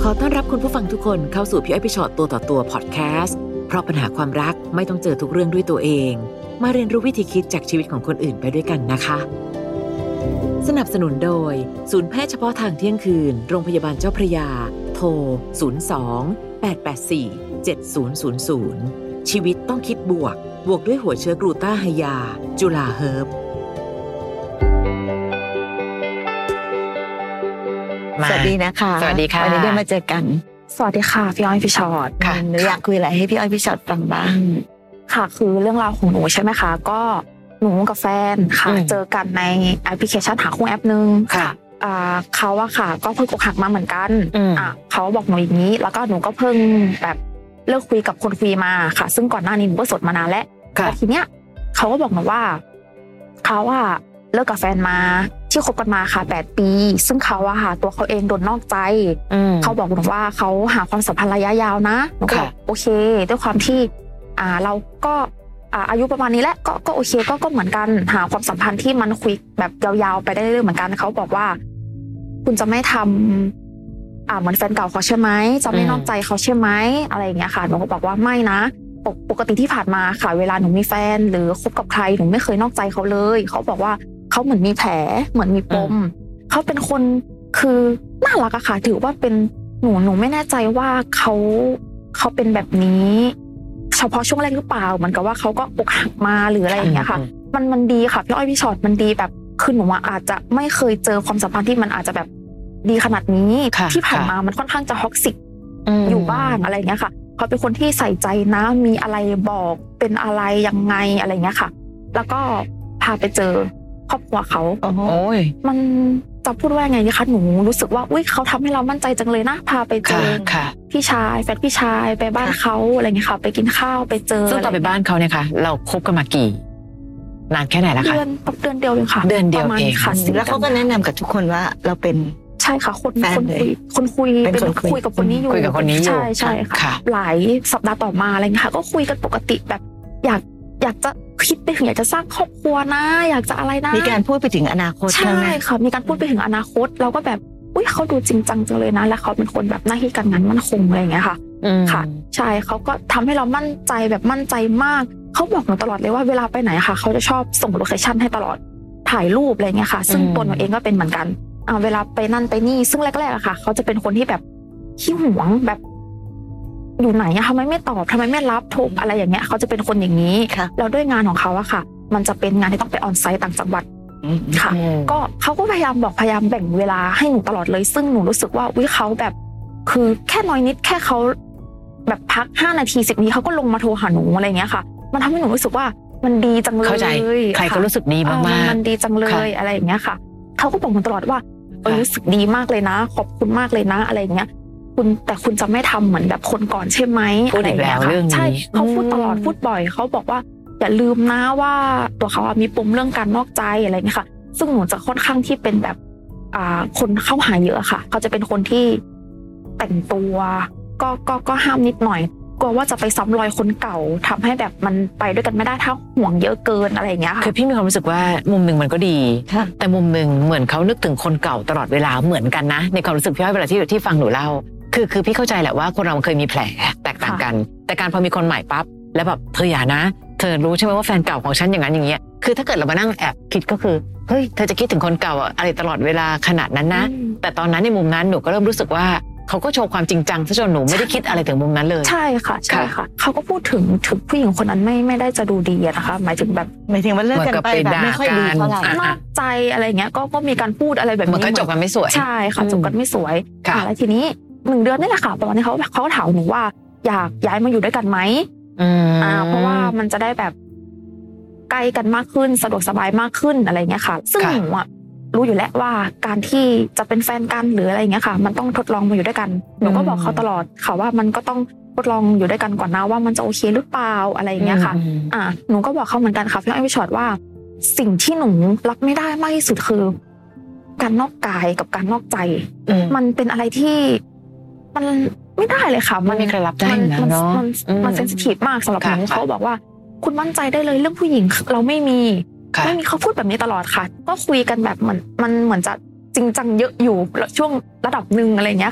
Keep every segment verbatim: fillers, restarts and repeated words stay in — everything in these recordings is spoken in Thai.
อต้อนรับคุณผู้ฟังทุกคนเข้าสู่พี่อ้อยพี่ชอตตัวต่อตัวพอดแคสต์เพราะปัญหาความรักไม่ต้องเจอทุกเรื่องด้วยตัวเองมาเรียนรู้วิธีคิดจากชีวิตของคนอื่นไปด้วยกันนะคะสนับสนุนโดยศูนย์แพทย์เฉพาะทางเที่ยงคืนโรงพยาบาลเจ้าพระยาโทรศูนย์ สอง แปด แปด สี่ เจ็ด ศูนย์ ศูนย์ ศูนย์ชีวิตต้องคิดบวกบวกด้วยหัวเชื้อกลูต้าไฮยาจุฬาเฮิร์บสวัสดีนะคะสวัสดีค่ะวันนี้ได้มาเจอกันสวัสดีค่ะพี่อ้อยพี่ชอตค่ะหนูอยากคุยอะไรให้พี่อ้อยพี่ชอตฟังบ้างค่ะคือเรื่องราวของหนูใช่ไหมคะก็หนูกับแฟนค่ะเจอกันในแอปพลิเคชันหาคู่แอปนึงค่ะอ่าเขาอะค่ะก็เพิ่งอกหักมาเหมือนกันอ่ะเขาบอกหนูอย่างนี้แล้วก็หนูก็เพิ่งแบบเลิกคุยกับคนคุยมาค่ะซึ่งก่อนหน้านี้หนูก็โสดมานานแล้วแต่ทีเนี้ยเขาก็บอกหนูว่าเขาอะเลิกกับแฟนมาที่คบกันมาค่ะแปดปีซึ่งเขาอะค่ะตัวเขาเองโดนนอกใจเขาบอกหนูว่าเขาหาความสัมพันธ์ระยะยาวนะหนูก็บอกโอเคด้วยความที่อ่าเราก็อ่าอายุประมาณนี้แหละก็ก็โอเคก็ก็เหมือนกันหาความสัมพันธ์ที่มันคุยแบบยาวๆไปได้เรื่อยๆเหมือนกันเขาบอกว่าคุณจะไม่ทำอ่าเหมือนแฟนเก่าเขาใช่ไหมจะไม่นอกใจเขาใช่ไหมอะไรอย่างเงี้ยค่ะหนูก็บอกว่าไม่นะปกติที่ผ่านมาค่ะเวลาหนูมีแฟนหรือคบกับใครหนูไม่เคยนอกใจเขาเลยเขาบอกว่าเขาเหมือนมีแผลเหมือนมีปมเขาเป็นคนคือน่ารักอะค่ะถือว่าเป็นหนูหนูไม่แน่ใจว่าเขาเขาเป็นแบบนี้เฉพาะช่วงแรกหรือเปล่าเหมือนกับว่าเขาก็อกหักมาหรืออะไรอย่างเงี้ยค่ะมันมันดีค่ะพี่อ้อยพี่ชอตมันดีแบบคือหนูอาจจะไม่เคยเจอความสัมพันธ์ที่มันอาจจะแบบดีขนาดนี้ที่ผ่านมามันค่อนข้างจะท็อกซิกอยู่บ้างอะไรอย่างเงี้ยค่ะเขาเป็นคนที่ใส่ใจนะมีอะไรบอกเป็นอะไรยังไงอะไรอย่างเงี้ยค่ะแล้วก็พาไปเจอครอบครัวเขาโอ้ยมันจะพูดว่าไงดีคะหนูรู้สึกว่าอุ้ยเขาทำให้เรามั่นใจจังเลยนะพาไปเจอพี่ชายแฟนพี่ชายไปบ้านเขาอะไรเงี้ยค่ะไปกินข้าวไปเจอซึ่งตอนไปบ้านเขาเนี่ยค่ะเราคบกันมากี่นานแค่ไหนแล้วคะเดือนเดือนเดียวเองค่ะเดือนเดียวเองแล้วเขาก็แนะนำกับทุกคนว่าเราเป็นใช่ค่ะคนคนคุยคนคุยเป็นคนคุยกับคนนี้อยู่คุยกับคนนี้อยู่ใช่ใช่ค่ะหลายสัปดาห์ต่อมาอะไรเงี้ยค่ะก็คุยกันปกติแบบอยากอยากจะคิดไปถึงอยากจะสร้างครอบครัวนะอยากจะอะไรนะมีการพูดไปถึงอนาคตใช่ค่ะมีการพูดไปถึงอนาคตเราก็แบบอุ้ยเขาดูจริงจังจังเลยนะและเขาเป็นคนแบบหน้าที่การงานมั่นคงอะไรอย่างเงี้ยค่ะค่ะใช่เขาก็ทำให้เรามั่นใจแบบมั่นใจมากเขาบอกหนูตลอดเลยว่าเวลาไปไหนค่ะเขาจะชอบส่งโลเคชั่นให้ตลอดถ่ายรูปอะไรเงี้ยค่ะซึ่งตัวหนูเองก็เป็นเหมือนกันอ่าเวลาไปนั่นไปนี่ซึ่งแรกๆอะค่ะเขาจะเป็นคนที่แบบขี้หวงแบบอยู่ไหนอะทำไมไม่ตอบทำไมไม่รับโทรอะไรอย่างเงี้ยเขาจะเป็นคนอย่างนี้แล้วด้วยงานของเขาอะค่ะมันจะเป็นงานที่ต้องไปออนไซต์ต่างจังหวัดค่ะก็เขาก็พยายามบอกพยายามแบ่งเวลาให้หนูตลอดเลยซึ่งหนูรู้สึกว่าวิเขาแบบคือแค่น้อยนิดแค่เขาแบบพักห้านาทีสิบนาทีเขาก็ลงมาโทรหาหนูอะไรเงี้ยค่ะมันทำให้หนูรู้สึกว่ามันดีจังเลยเข้าใจใครก็รู้สึกดีมากๆมันดีจังเลยอะไรอย่างเงี้ยค่ะเขาก็บอกหนูตลอดว่าเออรู้สึกดีมากเลยนะขอบคุณมากเลยนะอะไรอย่างเงี้ยคุณแต่คุณจะไม่ทำเหมือนแบบคนก่อนใช่ไหมอะไรอย่างเงี้ยใช่เขาพูดตลอดพูดบ่อยเขาบอกว่าอย่าลืมนะว่าตัวเขามีปมเรื่องการนอกใจอะไรอย่างเงี้ยค่ะซึ่งหนูจะค่อนข้างที่เป็นแบบอ่าคนเข้าหาเยอะค่ะเขาจะเป็นคนที่แต่งตัวก็ก็ก็ห้ามนิดหน่อยกลัวว่าจะไปซ้ำรอยคนเก่าทำให้แบบมันไปด้วยกันไม่ได้ถ้าห่วงเยอะเกินอะไรอย่างเงี้ยค่ะคือพี่มีความรู้สึกว่ามุมหนึ่งมันก็ดีแต่มุมหนึ่งเหมือนเขานึกถึงคนเก่าตลอดเวลาเหมือนกันนะในความรู้สึกพี่อ้อยเวลาที่ที่ฟังหนูเล่าคือคือพี่เข้าใจแหละว่าคนเราเคยมีแผลแตกต่างกันแต่การพอมีคนใหม่ปั๊บแล้วแบบเธออย่านะเธอรู้ใช่ไหมว่าแฟนเก่าของฉันอย่างนั้นอย่างเงี้ยคือถ้าเกิดเรามานั่งแอบคิดก็คือเฮ้ยเธอจะคิดถึงคนเก่าอะไรตลอดเวลาขนาดนั้นนะแต่ตอนนั้นในมุมนั้นหนูก็เริ่มรู้สึกว่าเขาก็โชว์ความจริงจังซะจนหนูไม่ได้คิดอะไรถึงมุมนั้นเลยใช่ค่ะใช่ค่ะเขาก็พูดถึงถึงผู้หญิงคนนั้นไม่ไม่ได้จะดูดีนะคะหมายถึงแบบหมายถึงว่าเลิกกันไปแบบไม่ค่อยดีเท่าไหร่นอกใจอะไรเงี้ยก็ก็มีการพูดอะไรแบบนี้มันก็จบกันไม่สวยใช่ค่ะจบกันไม่สวยค่ะแล้วทีนี้หนึ่งเดือนนี่แหละค่ะประมาณนี้เขาเขาถามหนูว่าอยากย้ายมาอยู่ด้วยกันไหมอ่าเพราะว่ามันจะได้แบบใกล้กันมากขึ้นสะดวกสบายมากขึ้นอะไรเงี้ยค่ะซึ่งหนูอ่ะรู้อยู่แล้วว่าการที่จะเป็นแฟนกันหรืออะไรอย่างเงี้ยค่ะมันต้องทดลองมาอยู่ด้วยกันหนูก็บอกเขาตลอดค่ะว่ามันก็ต้องทดลองอยู่ด้วยกันก่อนนะว่ามันจะโอเคหรือเปล่าอะไรอย่างเงี้ยค่ะอ่าหนูก็บอกเขาเหมือนกันค่ะพี่อ้อยพี่ชอตว่าสิ่งที่หนูรับไม่ได้มากที่สุดคือการนอกกายกับการนอกใจมันเป็นอะไรที่มันไม่ได้เลยค่ะมันมีใครรับได้นะเนาะมันมันเซนซิทีฟมากสำหรับหนูเขาบอกว่าคุณมั่นใจได้เลยเรื่องผู้หญิงเราไม่มีไม่มีเขาพูดแบบนี้ตลอดค่ะก็คุยกันแบบเหมือนมันเหมือนจะจริงจังเยอะอยู่ช่วงระดับนึงอะไรอย่างเงี้ยค่ะพ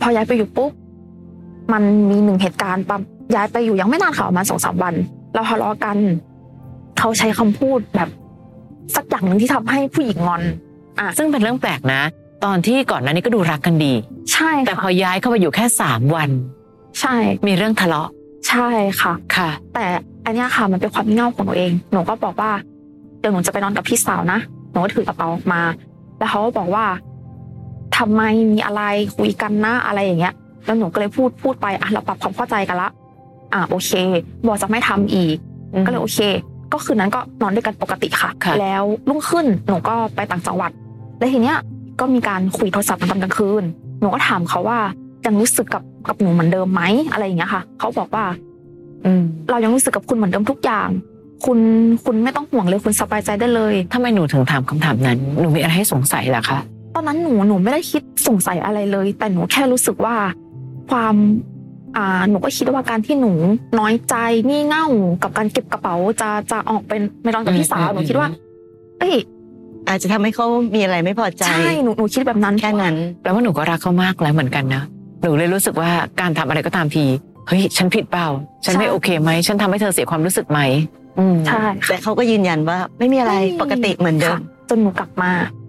พอย้ายไปอยู่ปุ๊บมันมีหนึ่งเหตุการณ์ปั๊บย้ายไปอยู่ยังไม่นานค่ะประมาณสองสามวันเราทะเลาะกันเขาใช้คำพูดแบบสักอย่างหนึ่งที่ทำให้ผู้หญิงงอนอ่ะซึ่งเป็นเรื่องแปลกนะตอนที่ก่อนหน้านี้ก็ดูรักกันดีใช่แต่พอย้ายเข้ามาอยู่แค่สามวันใช่มีเรื่องทะเลาะใช่ค่ะค่ะแต่อันนี้ค่ะมันเป็นความงี่เง่าของหนูเองหนูก็บอกว่าเดี๋ยวหนูจะไปนอนกับพี่สาวนะหนูก็ถือกระเป๋าออกมาแล้วเขาก็บอกว่าทำไมมีอะไรคุยกันนะอะไรอย่างเงี้ยแล้วหนูก็เลยพูดพูดไปอ่ะเราปรับความเข้าใจกันละอ่ะโอเคบอกจะไม่ทำอีกก็เลยโอเคก็คืนนั้นก็นอนด้วยกันปกติค่ะแล้วรุ่งขึ้นหนูก็ไปต่างจังหวัดแล้วทีเนี้ยก็มีการคุยโทรศัพท์ตอนกลางคืนหนูก็ถามเขาว่ายังรู้สึกกับกับหนูเหมือนเดิมไหมอะไรอย่างเงี้ยค่ะเขาบอกว่าอืมเรายังรู้สึกกับคุณเหมือนเดิมทุกอย่างคุณคุณไม่ต้องห่วงเลยคุณสบายใจได้เลยทำไมหนูถึงถามคำถามนั้นหนูมีอะไรให้สงสัยล่ะคะตอนนั้นหนูหนูไม่ได้คิดสงสัยอะไรเลยแต่หนูแค่รู้สึกว่าความอ่าหนูก็คิดว่าการที่หนูน้อยใจงี่เง่ากับการเก็บกระเป๋าจะจะออกเป็นไม่นอนกับพี่สาวหนูคิดว่าเอ้ยอาจจะทำให้เขามีอะไรไม่พอใจใช่หนูหนูคิดแบบนั้นแค่นั้นแปลว่าหนูก็รักเขามากแล้วเหมือนกันนะหนูเลยรู้สึกว่าการทำอะไรก็ตามทีเฮ้ยฉันผิดเปล่าฉันไม่โอเคไหมฉันทำให้เธอเสียความรู้สึกไหมใช่แต่เขาก็ยืนยันว่าไม่มีอะไรปกติเหมือนเดิมจนหนูกลับมา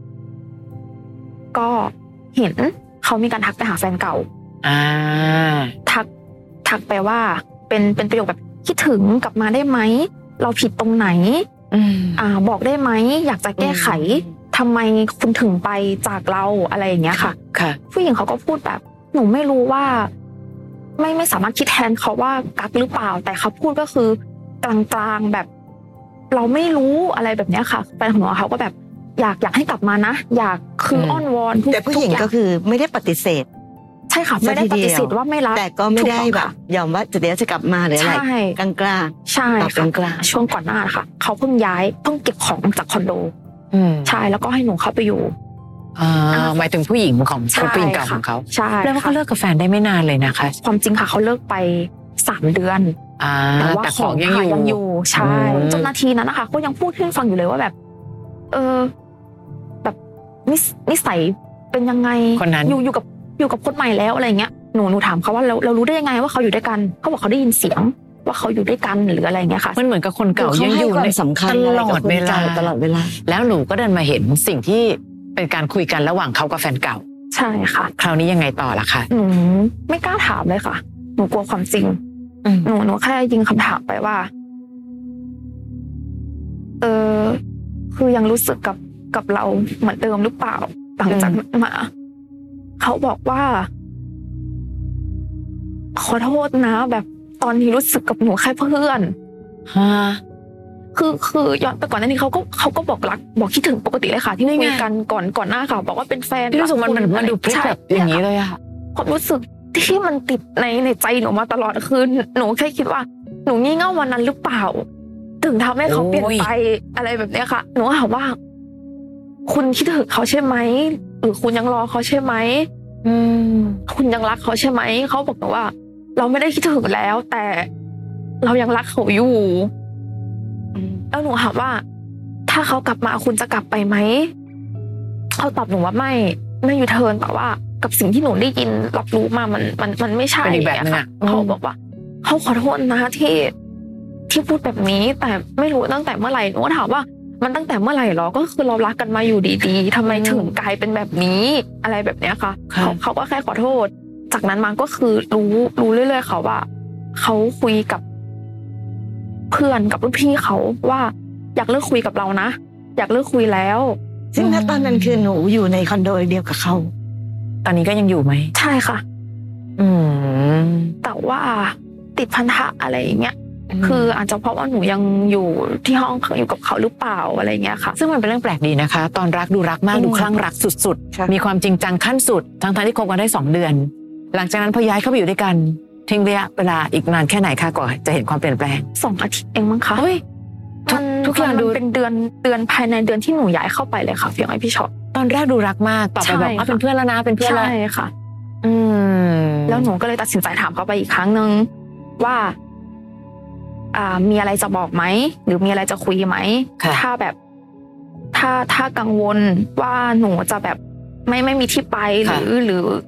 ก็เห็นเขามีการทักไปหาแฟนเก่าอ่าทักทักไปว่าเป็นเป็นประโยคแบบคิดถึงกลับมาได้ไหมเราผิดตรงไหนอ่าบอกได้ไหมอยากจะแก้ไขทำไมคุณถึงไปจากเราอะไรอย่างเงี้ยค่ะค่ะผู้หญิงเขาก็พูดแบบหนูไม่รู้ว่าไม่ไม่สามารถคิดแทนเขาว่ากักหรือเปล่าแต่เขาพูดก็คือกลางๆแบบเราไม่รู้อะไรแบบเนี้ยค่ะแฟนของเขาก็แบบอยากอยากให้กลับมานะอยากคืออ้อนวอนแต่ผู้หญิงก็คือไม่ได้ปฏิเสธใช่ค่ะไม่ได้ปฏิเสธว่าไม่รักแต่ก็ไม่ได้แบบยอมว่าจะเดี๋ยวจะกลับมาหรืออะไรกลางๆใช่กลางๆช่วงก่อนหน้าค่ะเขาเพิ่งย้ายเพิ่งเก็บของจากคอนโดใช่แล้วก็ให้หนูเข้าไปอยู่อ่าหมายถึงผู้หญิงของผู้หญิงเก่าของเขาใช่แล้วเขาเลิกกับแฟนได้ไม่นานเลยนะคะความจริงค่ะเขาเลิกไปสามเดือนแต่ว่าของยังอยู่ยังอยู่ใช่จนนาทีนั้นนะคะก็ยังพูดให้ฟังอยู่เลยว่าแบบเออแบบนิสัยเป็นยังไงอยู่อยู่กับอยู่กับคนใหม่แล้วอะไรเงี้ยหนูหนูถามเขาว่าเราเรารู้ได้ยังไงว่าเขาอยู่ด้วยกันเขาบอกเขาได้ยินเสียงว่าเขาอยู่ด้วยกันหรืออะไรเงี้ยค่ะมันเหมือนกับคนเก่ายังอยู่ในสำคัญตลอดเวลาตลอดเวลาแล้วหนูก็เดินมาเห็นสิ่งที่เป็นการคุยกันระหว่างเขากับแฟนเก่าใช่ค่ะคราวนี้ยังไงต่อล่ะคะหนูไม่กล้าถามเลยค่ะหนูกลัวความจริงหนูหนูแค่ยิงคำถามไปว่าเออคือยังรู้สึกกับกับเราเหมือนเดิมหรือเปล่าหลังจากมาเขาบอกว่าขอโทษนะแบบตอนนี้รู้สึกกับหนูแค่เพื่อนฮะคือคือย้อนไปก่อนหน้านี้เขาก็เขาก็บอกรักบอกคิดถึงปกติเลยค่ะที่คุยกันก่อนก่อนหน้าค่ะบอกว่าเป็นแฟนที่รู้สึกมันมันมันดูพลิกแบบอย่างนี้เลยอะความรู้สึกที่มันติดในในใจหนูมาตลอดคือหนูแค่คิดว่าหนูงี่เง่าวันนั้นหรือเปล่าถึงทำให้เขาเปลี่ยนไปอะไรแบบนี้ค่ะหนูถามว่าคุณคิดถึงเขาใช่ไหมหรือคุณยังรอเขาใช่ไหมอืมคุณยังรักเขาใช่ไหมเขาบอกหนูว่าเราไม่ได้คิดถึงแล้วแต่เรายังรักเขาอยู่แล้วหนูถามว่าถ้าเขากลับมาคุณจะกลับไปไหมเขาตอบหนูว่าไม่ไม่ยูเทิร์นแต่ว่ากับสิ่งที่หนูได้ยินรับรู้มามันมันมันไม่ใช่ค่ะเขาบอกว่าเขาขอโทษนะที่ที่พูดแบบนี้แต่ไม่รู้ตั้งแต่เมื่อไหร่หนูก็ถามว่ามันตั้งแต่เมื่อไหร่หรอก็คือเรารักกันมาอยู่ดีๆทำไมถึงกลายเป็นแบบนี้อะไรแบบเนี้ยค่ะเขาเขาก็แค่ขอโทษจากนั้นมาก็คือรู้รู้เรื่อยๆเขาว่าเขาคุยกับเพื่อนกับรุ่นพี่เขาว่าอยากเลิกคุยกับเรานะอยากเลิกคุยแล้วซึ่งณตอนนั้นคือหนูอยู่ในคอนโดเดียวกับเขาตอนนี้ก็ยังอยู่ไหมใช่ค่ะอืมแต่ว่าติดพันธะอะไรอย่างเงี้ยคืออาจจะเพราะว่าหนูยังอยู่ที่ห้องอยู่กับเขาหรือเปล่าอะไรเงี้ยค่ะซึ่งมันเป็นเรื่องแปลกดีนะคะตอนรักดูรักมากดูคลั่งรักสุดๆมีความจริงจังขั้นสุดทั้งๆที่คบกันได้สองเดือนหลังจากนั้นพอย้ายเข้าไปอยู่ด้วยกันทิ้งระยะเวลาอีกนานแค่ไหนคะก่อนจะเห็นความเปลี่ยนแปลงสองอาทิตย์เองมั้งคะเฮ้ยทุกอย่างดูเป็นเดือนเดือนภายในเดือนที่หนูย้ายเข้าไปเลยค่ะพี่อ้อยพี่ช็อตตอนแรกดูรักมากต่อไปแบบว่าเป็นเพื่อนแล้วนะเป็นเพื่อนแล้วใช่ค่ะอืมแล้วหนูก็เลยตัดสินใจถามเขาไปอีกครั้งนึงว่าอ่ามีอะไรจะบอกไหมหรือมีอะไรจะคุยไหมถ้าแบบถ้าถ้ากังวลว่าหนูจะแบบไม่ไม่มีที่ไปหรือหรือ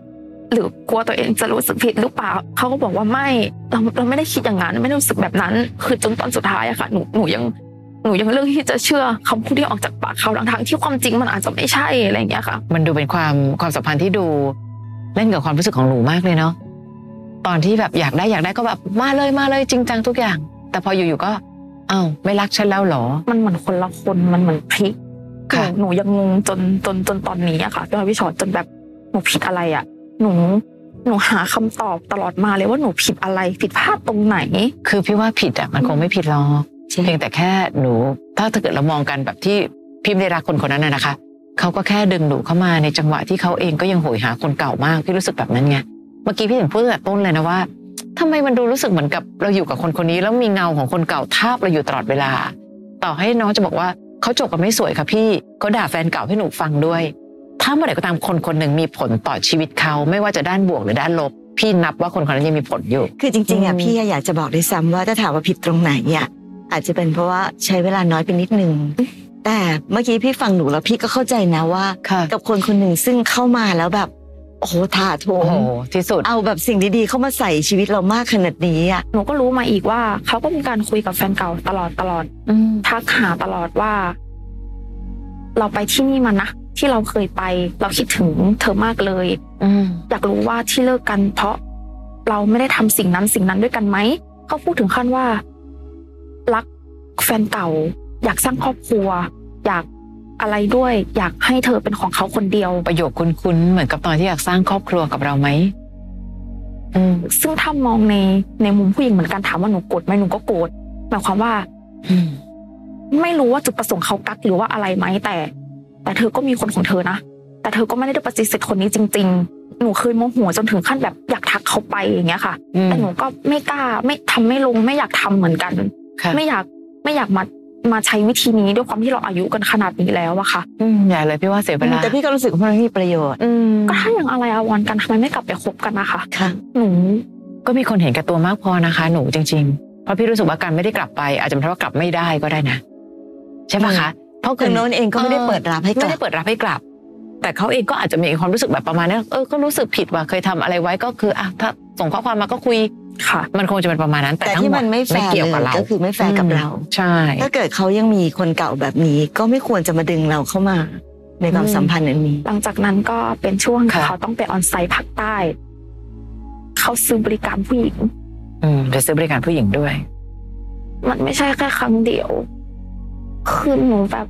หรือกลัวตัวเองจะรู้สึกผิดหรือเปล่าเขาก็บอกว่าไม่เราเราไม่ได้คิดอย่างนั้นไม่ได้รู้สึกแบบนั้นคือจนตอนสุดท้ายอะค่ะหนูหนูยังหนูยังเลือกที่จะเชื่อคำพูดที่ออกจากปากเขาทั้งๆที่ความจริงมันอาจจะไม่ใช่อะไรอย่างเงี้ยค่ะมันดูเป็นความความสัมพันธ์ที่ดูเล่นกับความรู้สึกของหนูมากเลยเนาะตอนที่แบบอยากได้อยากได้ก็แบบมาเลยมาเลยจริงจังทุกอย่างแต่พออยู่ๆก็อ้าวไม่รักฉันแล้วหรอมันเหมือนคนละคนมันเหมือนพลิกหนูยังงงจนจนจนตอนนี้อะค่ะพี่พี่ชอตจนแบบหนูผิดอะไรอะหนูหนูหาคำตอบตลอดมาเลยว่าหนูผิดอะไรผิดพลาดตรงไหนคือพี่ว่าผิดอะมันคงไม่ผิดหรอกเพียงแต่แค่หนูถ้าถ้าเกิดเรามองกันแบบที่พี่ไม่ได้รักคนคนนั้นนะคะเขาก็แค่ดึงหนูเข้ามาในจังหวะที่เขาเองก็ยังโหยหาคนเก่ามากพี่รู้สึกแบบนั้นไงเมื่อกี้พี่ถึงพูดตั้งแต่ต้นเลยนะว่าทำไมมันดูรู้สึกเหมือนกับเราอยู่กับคนคนนี้แล้วมีเงาของคนเก่าทาบเราอยู่ตลอดเวลาต่อให้น้องจะบอกว่าเขาจบกันไม่สวยค่ะพี่เขาด่าแฟนเก่าให้หนูฟังด้วยถ้าเมื่อไหร่ก็ตามคนคนหนึ่งมีผลต่อชีวิตเขาไม่ว่าจะด้านบวกหรือด้านลบพี่นับว่าคนคนนั้นยังมีผลอยู่คือจริงๆอ่ะพี่อยากจะบอกด้วยซ้ำว่าถ้าถามว่าผิดตรงไหนอ่ะอาจจะเป็นเพราะว่าใช้เวลาน้อยไปนิดนึงแต่เมื่อกี้พี่ฟังหนูแล้วพี่ก็เข้าใจนะว่ากับคนคนหนึ่งซึ่งเข้ามาแล้วแบบโอ้โหถาโถมที่สุดเอาแบบสิ่งดีๆเข้ามาใส่ชีวิตเรามากขนาดนี้อ่ะหนูก็รู้มาอีกว่าเขาก็มีการคุยกับแฟนเก่าตลอดตลอดทักหาตลอดว่าเราไปที่นี่มานะที่เราเคยไปเราคิดถึงเธอมากเลยอยากรู้ว่าที่เลิกกันเพราะเราไม่ได้ทำสิ่งนั้นสิ่งนั้นด้วยกันไหมเขาพูดถึงขั้นว่ารักแฟนเก่าอยากสร้างครอบครัวอยากอะไรด้วยอยากให้เธอเป็นของเขาคนเดียวประโยคคุ้นๆเหมือนกับตอนที่อยากสร้างครอบครัวกับเราไหมซึ่งถ้ามองในในมุมผู้หญิงเหมือนกันถามว่าหนูโกรธไหมหนูก็โกรธหมายความว่าไม่รู้ว่าจุดประสงค์เขากักหรือว่าอะไรไหมแต่แต่เธอก็มีคนของเธอนะแต่เธอก็ไม่ได้ปฏิเสธคนนี้จริงๆหนูเคยโมโหจนถึงขั้นแบบอยากทักเขาไปอย่างเงี้ยค่ะแต่หนูก็ไม่กล้าไม่ทำไม่ลงไม่อยากทำเหมือนกันไม่อยากไม่อยากมามาใช้วิธีนี้ด้วยความที่เราอายุกันขนาดนี้แล้วอะค่ะอืมอย่าเลยพี่ว่าเสียเวลาแต่พี่ก็รู้สึกว่ามันไม่มีประโยชน์ก็ถ้าอย่างอะไรอาวรกันทำไมไม่กลับไปคบกันนะคะค่ะหนูก็มีคนเห็นแก่ตัวมากพอนะคะหนูจริงๆเพราะพี่รู้สึกว่าการไม่ได้กลับไปอาจจะเป็นเพราะว่ากลับไม่ได้ก็ได้นะใช่ปะคะเพราะคนโน้นเองก็ไม่ได้เปิดรับให้กลับไม่ได้เปิดรับให้กลับแต่เขาเองก็อาจจะมีความรู้สึกแบบประมาณนั้นเออก็รู้สึกผิดว่าเคยทำอะไรไว้ก็คืออ่ะถ้าส่งข้อความมาก็คุยค่ะมันคงจะเป็นประมาณนั้นแต่ที่มันไม่แฟร์เลยก็คือไม่แฟร์กับเราใช่ถ้าเกิดเขายังมีคนเก่าแบบนี้ก็ไม่ควรจะมาดึงเราเข้ามาในความสัมพันธ์นั้นนี้หลังจากนั้นก็เป็นช่วงเขาต้องไปออนไซต์ภาคใต้เขาซื้อบริการผู้หญิงอืมจะซื้อบริการผู้หญิงด้วยมันไม่ใช่แค่ครั้งเดียวคือหนูแบบ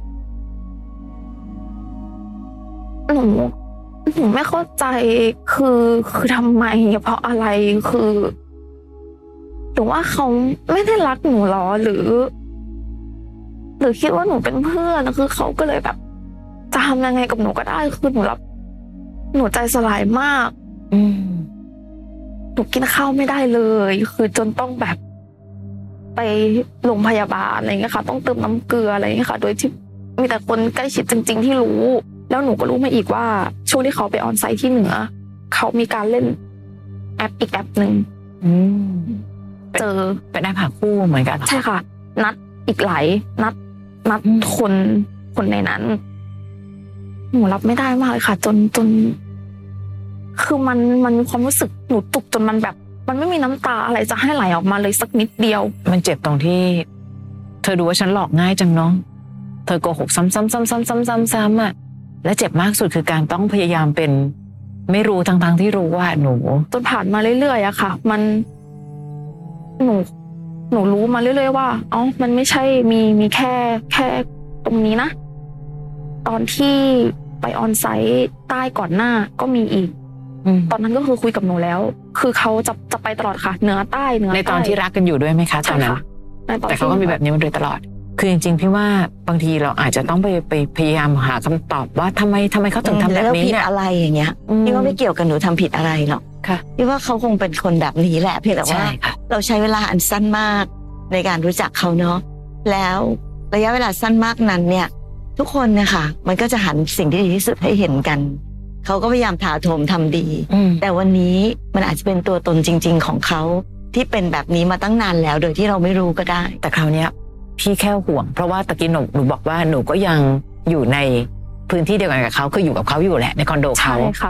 หนูหนูไม่เข้าใจคือคือทำไมเพราะอะไรคือหรือว่าเขาไม่ได้รักหนูหรอหรือหรือคิดว่าหนูเป็นเพื่อนคือเขาก็เลยแบบจะทำยังไงกับหนูก็ได้คือหนูรับหนูใจสลายมากหนูกินข้าวไม่ได้เลยคือจนต้องแบบไปโรงพยาบาลอะไรเงี้ยค่ะต้องเติมน้ำเกลืออะไรเงี้ยค่ะโดยที่มีแต่คนใกล้ชิดจริงๆที่รู้แล้วหนูก็รู้มาอีกว่าช่วงที่เขาไปออนไซต์ที่เหนือเขามีการเล่นแอปอีกแอปหนึ่งเจอเป็นแอปหาคู่เหมือนกันใช่ค่ะนัดอีกหลายนัดนัดคนคนในนั้นหนูรับไม่ได้มากเลยค่ะจนจนคือมันมันมีความรู้สึกหนูตุกจนมันแบบมันไม่มีน้ำตาอะไรจะให้ไหลออกมาเลยสักนิดเดียวมันเจ็บตรงที่เธอดูว่าฉันหลอกง่ายจังเนาะเธอโกหกซ้ำๆๆๆๆๆอ่ะและเจ็บมากสุดคือการต้องพยายามเป็นไม่รู้ทั้งๆที่รู้ว่าหนูจนผ่านมาเรื่อยๆอะค่ะมันหนูหนูรู้มาเรื่อยๆว่าอ๋อมันไม่ใช่มีมีแค่แค่ตรงนี้นะตอนที่ไปออนไซต์ใต้ก่อนหน้าก็มีอีกตอนนั้นก็คือคุยกับหนูแล้วคือเขาจะจะไปตลอดค่ะเหนือใต้เหนือใต้ในตอนที่รักกันอยู่ด้วยไหมคะตอนนั้นแต่เขาก็มีแบบนี้มาโดยตลอดคือจริงๆพี่ว่าบางทีเราอาจจะต้องไปไปพยายามหาคำตอบว่าทำไมทำไมเขาถึงทำแบบนี้เนี่ยผิดอะไรอย่างเงี้ยพี่ว่าไม่เกี่ยวกับหนูทำผิดอะไรหรอกค่ะพี่ว่าเขาคงเป็นคนแบบนี้แหละเพียงแต่ว่าเราใช้เวลาอันสั้นมากในการรู้จักเขาเนาะแล้วระยะเวลาสั้นมากนั้นเนี่ยทุกคนนะคะมันก็จะหันสิ่งที่ดีที่สุดให้เห็นกันเขาก็พยายามถาโถมทำดีแต่วันนี้มันอาจจะเป็นตัวตนจริงๆของเขาที่เป็นแบบนี้มาตั้งนานแล้วโดยที่เราไม่รู้ก็ได้แต่คราวนี้พี่แค่ห่วงเพราะว่าตะกี้หนูหนูบอกว่าหนูก็ยังอยู่ในพื้นที่เดียวกันกับเขาคืออยู่กับเขาอยู่แหละในคอนโดเขาใช่ค่ะค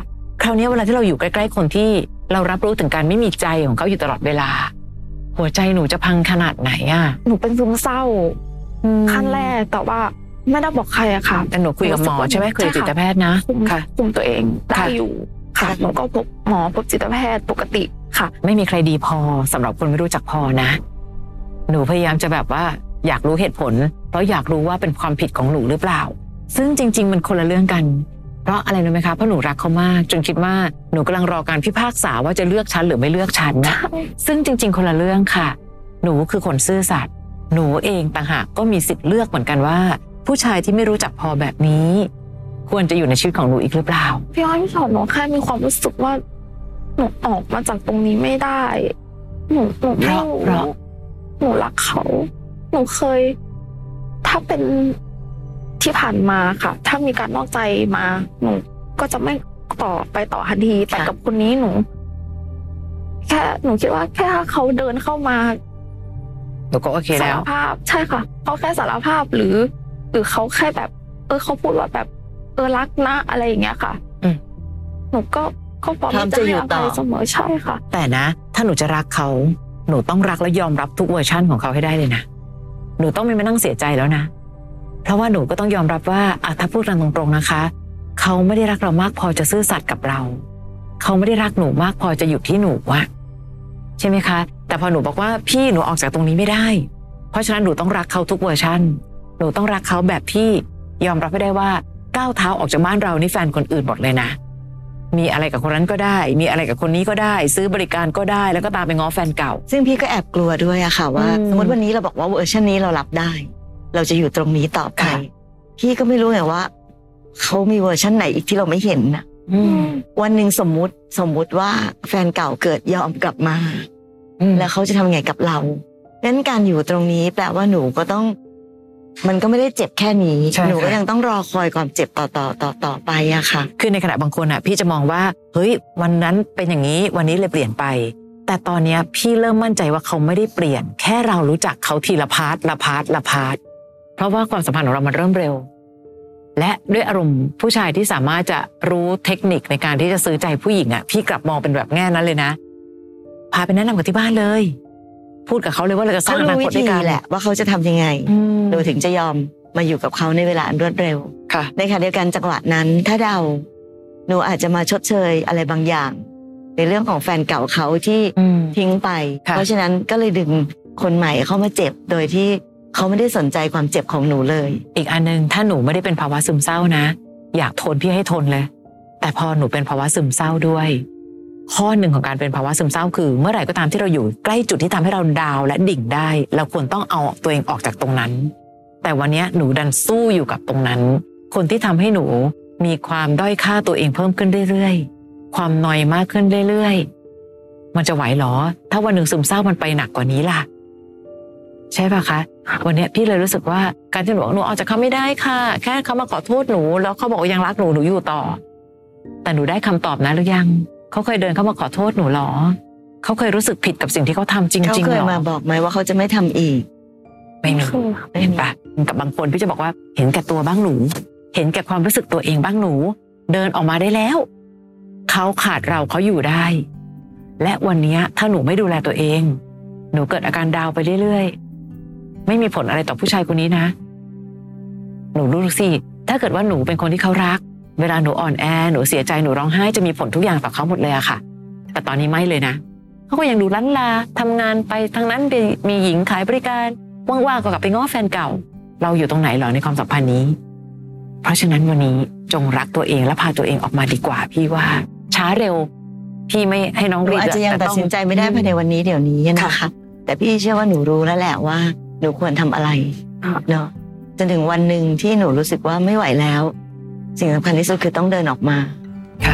ราวนี้เวลาที่เราอยู่ใกล้ๆคนที่เรารับรู้ถึงการไม่มีใจของเขาอยู่ตลอดเวลาหัวใจหนูจะพังขนาดไหนอ่ะหนูเป็นซึมเศร้าขั้นแรกแต่ว่าไม่ได้บอกใครอะค่ะแต่หนูคุยกับหมอใช่ไหมคุยกับจิตแพทย์นะค่ะคุมตัวเองได้อยู่ค่ะหนูก็พบหมอพบจิตแพทย์ปกติค่ะไม่มีใครดีพอสำหรับคนไม่รู้จักพอนะหนูพยายามจะแบบว่าอยากรู้เหตุผลเพราะอยากรู้ว่าเป็นความผิดของหนูหรือเปล่าซึ่งจริงๆมันคนละเรื่องกันเพราะอะไรรู้ไหมคะเพราะหนูรักเขามากจนคิดว่าหนูกำลังรอการพิพากษาว่าจะเลือกฉันหรือไม่เลือกฉันนะซึ่งจริงๆคนละเรื่องค่ะหนูคือคนซื่อสัตย์หนูเองต่างหากก็มีสิทธิ์เลือกเหมือนกันว่าผู้ชายที่ไม่รู้จักพอแบบนี้ควรจะอยู่ในชีวิตของหนูอีกหรือเปล่าพี่อ้อยพี่ชอตหนูแค่มีความรู้สึกว่าหนูออกมาจากตรงนี้ไม่ได้หนูหนูเพราะเพราะหนูรักเขาหนูเคยถ้าเป็นที่ผ่านมาค่ะถ้ามีการนอกใจมาหนูก็จะไม่ต่อไปต่อทันทีแต่กับคนนี้หนูแค่หนูคิดว่าแค่เขาเดินเข้ามาหนูก็โอเคแล้วสารภาพใช่ค่ะเขาแค่สารภาพหรือหรือเขาแค่แบบเออเขาพูดว่าแบบเออรักนะอะไรอย่างเงี้ยค่ะหนูก็ก็พร้อมจะอยู่ต่อเสมอใช่ค่ะแต่นะถ้าหนูจะรักเขาหนูต้องรักและยอมรับทุกเวอร์ชั่นของเขาให้ได้เลยนะหนูต้องไม่มานั่งเสียใจแล้วนะเพราะว่าหนูก็ต้องยอมรับว่าอ่ะถ้าพูดกันตรงๆนะคะเขาไม่ได้รักเรามากพอจะซื่อสัตย์กับเราเขาไม่ได้รักหนูมากพอจะหยุดที่หนูอะใช่ไหมคะแต่พอหนูบอกว่าพี่หนูออกจากตรงนี้ไม่ได้เพราะฉะนั้นหนูต้องรักเขาทุกเวอร์ชันหนูต้องรักเขาแบบที่ยอมรับไม่ได้ว่าก้าวเท้าออกจากบ้านเรานี่แฟนคนอื่นหมดเลยนะมีอะไรกับคนนั้นก็ได้มีอะไรกับคนนี้ก็ได้ซื้อบริการก็ได้แล้วก็ตามไปง้อแฟนเก่าซึ่งพี่ก็แอบกลัวด้วยอะค่ะว่าสมมติวันนี้เราบอกว่าเวอร์ชันนี้เรารับได้เราจะอยู่ตรงนี้ต่อไปพี่ก็ไม่รู้ไงว่าเขามีเวอร์ชันไหนอีกที่เราไม่เห็นนะวันหนึ่งสมมุติสมมุติว่าแฟนเก่าเกิดยอมกลับมาแล้วเขาจะทำไงกับเรางั้นการอยู่ตรงนี้แปลว่าหนูก็ต้องมันก็ไม่ได้เจ็บแค่นี้หนูก็ยังต้องรอคอยความเจ็บต่อต่อต่อต่อไปอะค่ะคือในขณะบางคนอะพี่จะมองว่าเฮ้ยวันนั้นเป็นอย่างนี้วันนี้เลยเปลี่ยนไปแต่ตอนนี้พี่เริ่มมั่นใจว่าเขาไม่ได้เปลี่ยนแค่เรารู้จักเขาทีละพาร์ทละพาร์ทละพาร์ทเพราะว่าความสัมพันธ์ของเรามันเริ่มเร็วและด้วยอารมณ์ผู้ชายที่สามารถจะรู้เทคนิคในการที่จะซื้อใจผู้หญิงอะพี่กลับมองเป็นแบบแง่นั้นเลยนะพาไปแนะนำกับที่บ้านเลยพูดกับเขาเลยว่าเราจะสร้างอนาคตด้วยกันแหละว่าเขาจะทำยังไงโดยถึงจะยอมมาอยู่กับเขาในเวลาอันรวดเร็วในขณะเดียวกันจังหวะนั้นถ้าเดาหนูอาจจะมาชดเชยอะไรบางอย่างในเรื่องของแฟนเก่าเขาที่ทิ้งไปเพราะฉะนั้นก็เลยดึงคนใหม่เข้ามาเจ็บโดยที่เขาไม่ได้สนใจความเจ็บของหนูเลยอีกอันนึงถ้าหนูไม่ได้เป็นภาวะซึมเศร้านะอยากทนพี่ให้ทนเลยแต่พอหนูเป็นภาวะซึมเศร้าด้วยข้อหนึ่งของการเป็นภาวะซึมเศร้าคือเมื่อไหร่ก็ตามที่เราอยู่ใกล้จุดที่ทำให้เราดาวและดิ่งได้เราควรต้องเอาตัวเองออกจากตรงนั้นแต่วันนี้หนูดันสู้อยู่กับตรงนั้นคนที่ทำให้หนูมีความด้อยค่าตัวเองเพิ่มขึ้นเรื่อยๆความนอยมากขึ้นเรื่อยๆมันจะไหวหรอถ้าวันหนึ่งซึมเศร้ามันไปหนักกว่านี้ล่ะใช่ป่ะคะวันนี้พี่เลยรู้สึกว่าการที่หนูบอกหนูออกจากเขาไม่ได้ค่ะแค่เขามาขอโทษหนูแล้วเขาบอกว่ายังรักหนูหนูอยู่ต่อแต่หนูได้คำตอบนะหรือยังเขาเคยเดินเข้ามาขอโทษหนูหรอเขาเคยรู้สึกผิดกับสิ่งที่เขาทำจริงๆหรอเขาเคยมาบอกไหมว่าเขาจะไม่ทำอีกไม่มีเห็นปะกับบางคนพี่จะบอกว่าเห็นแก่ตัวบ้างหนูเห็นแก่ความรู้สึกตัวเองบ้างหนูเดินออกมาได้แล้วเขาขาดเราเขาอยู่ได้และวันนี้ถ้าหนูไม่ดูแลตัวเองหนูเกิดอาการดาวไปเรื่อยๆไม่มีผลอะไรต่อผู้ชายคนนี้นะหนูรู้สิถ้าเกิดว่าหนูเป็นคนที่เขารักเวลาหนูอ่อนแอหนูเสียใจหนูร้องไห้จะมีผลทุกอย่างต่อเขาหมดเลยอะค่ะแต่ตอนนี้ไม่เลยนะเขาก็ยังดูลั้นลาทำงานไปทางนั้นไปมีหญิงขายบริการว่างๆก็กลับไปง้อแฟนเก่าเราอยู่ตรงไหนหรอในความสัมพันธ์นี้เพราะฉะนั้นวันนี้จงรักตัวเองและพาตัวเองออกมาดีกว่าพี่ว่าช้าเร็วพี่ไม่ให้น้องรีบอาจจะยังตัดสินใจไม่ได้ภายในวันนี้เดี๋ยวนี้นะคะแต่พี่เชื่อว่าหนูรู้แล้วแหละว่าหนูควรทำอะไรเนาะจนถึงวันหนึ่งที่หนูรู้สึกว่าไม่ไหวแล้วสิ่งสำคัญที่สุดคือต้องเดินออกมาค่ะ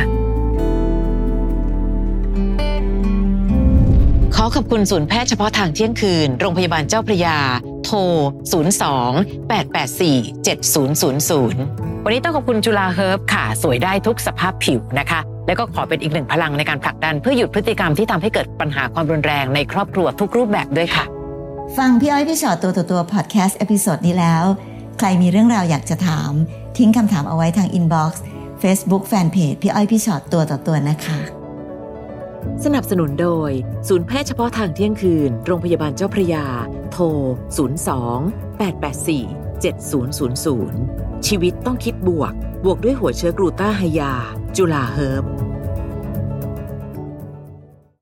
ขอขอบคุณศูนย์แพทย์เฉพาะทางเที่ยงคืนโรงพยาบาลเจ้าพระยาโทรศูนย์ สอง แปด แปด สี่ เจ็ด ศูนย์ ศูนย์ ศูนย์วันนี้ต้องขอบคุณจุฬาเฮิร์บค่ะสวยได้ทุกสภาพผิวนะคะแล้วก็ขอเป็นอีกหนึ่งพลังในการผลักดันเพื่อหยุดพฤติกรรมที่ทำให้เกิดปัญหาความรุนแรงในครอบครัวทุกรูปแบบด้วยค่ะฟังพี่อ้อยพี่ชอตตัวต่อตัวพอดแคสต์เอพิโซดนี้แล้วใครมีเรื่องราวอยากจะถามทิ้งคำถามเอาไว้ทางอินบ็อกซ์ Facebook Fanpage พี่อ้อยพี่ชอตตัวต่อตัวนะคะสนับสนุนโดยศูนย์แพทย์เฉพาะทางเที่ยงคืนโรงพยาบาลเจ้าพระยาโทรศูนย์ สอง แปด แปด สี่ เจ็ด ศูนย์ ศูนย์ ศูนย์ชีวิตต้องคิดบวกบวกด้วยหัวเชื้อกลูต้าไฮยาจุฬาเฮิร์บ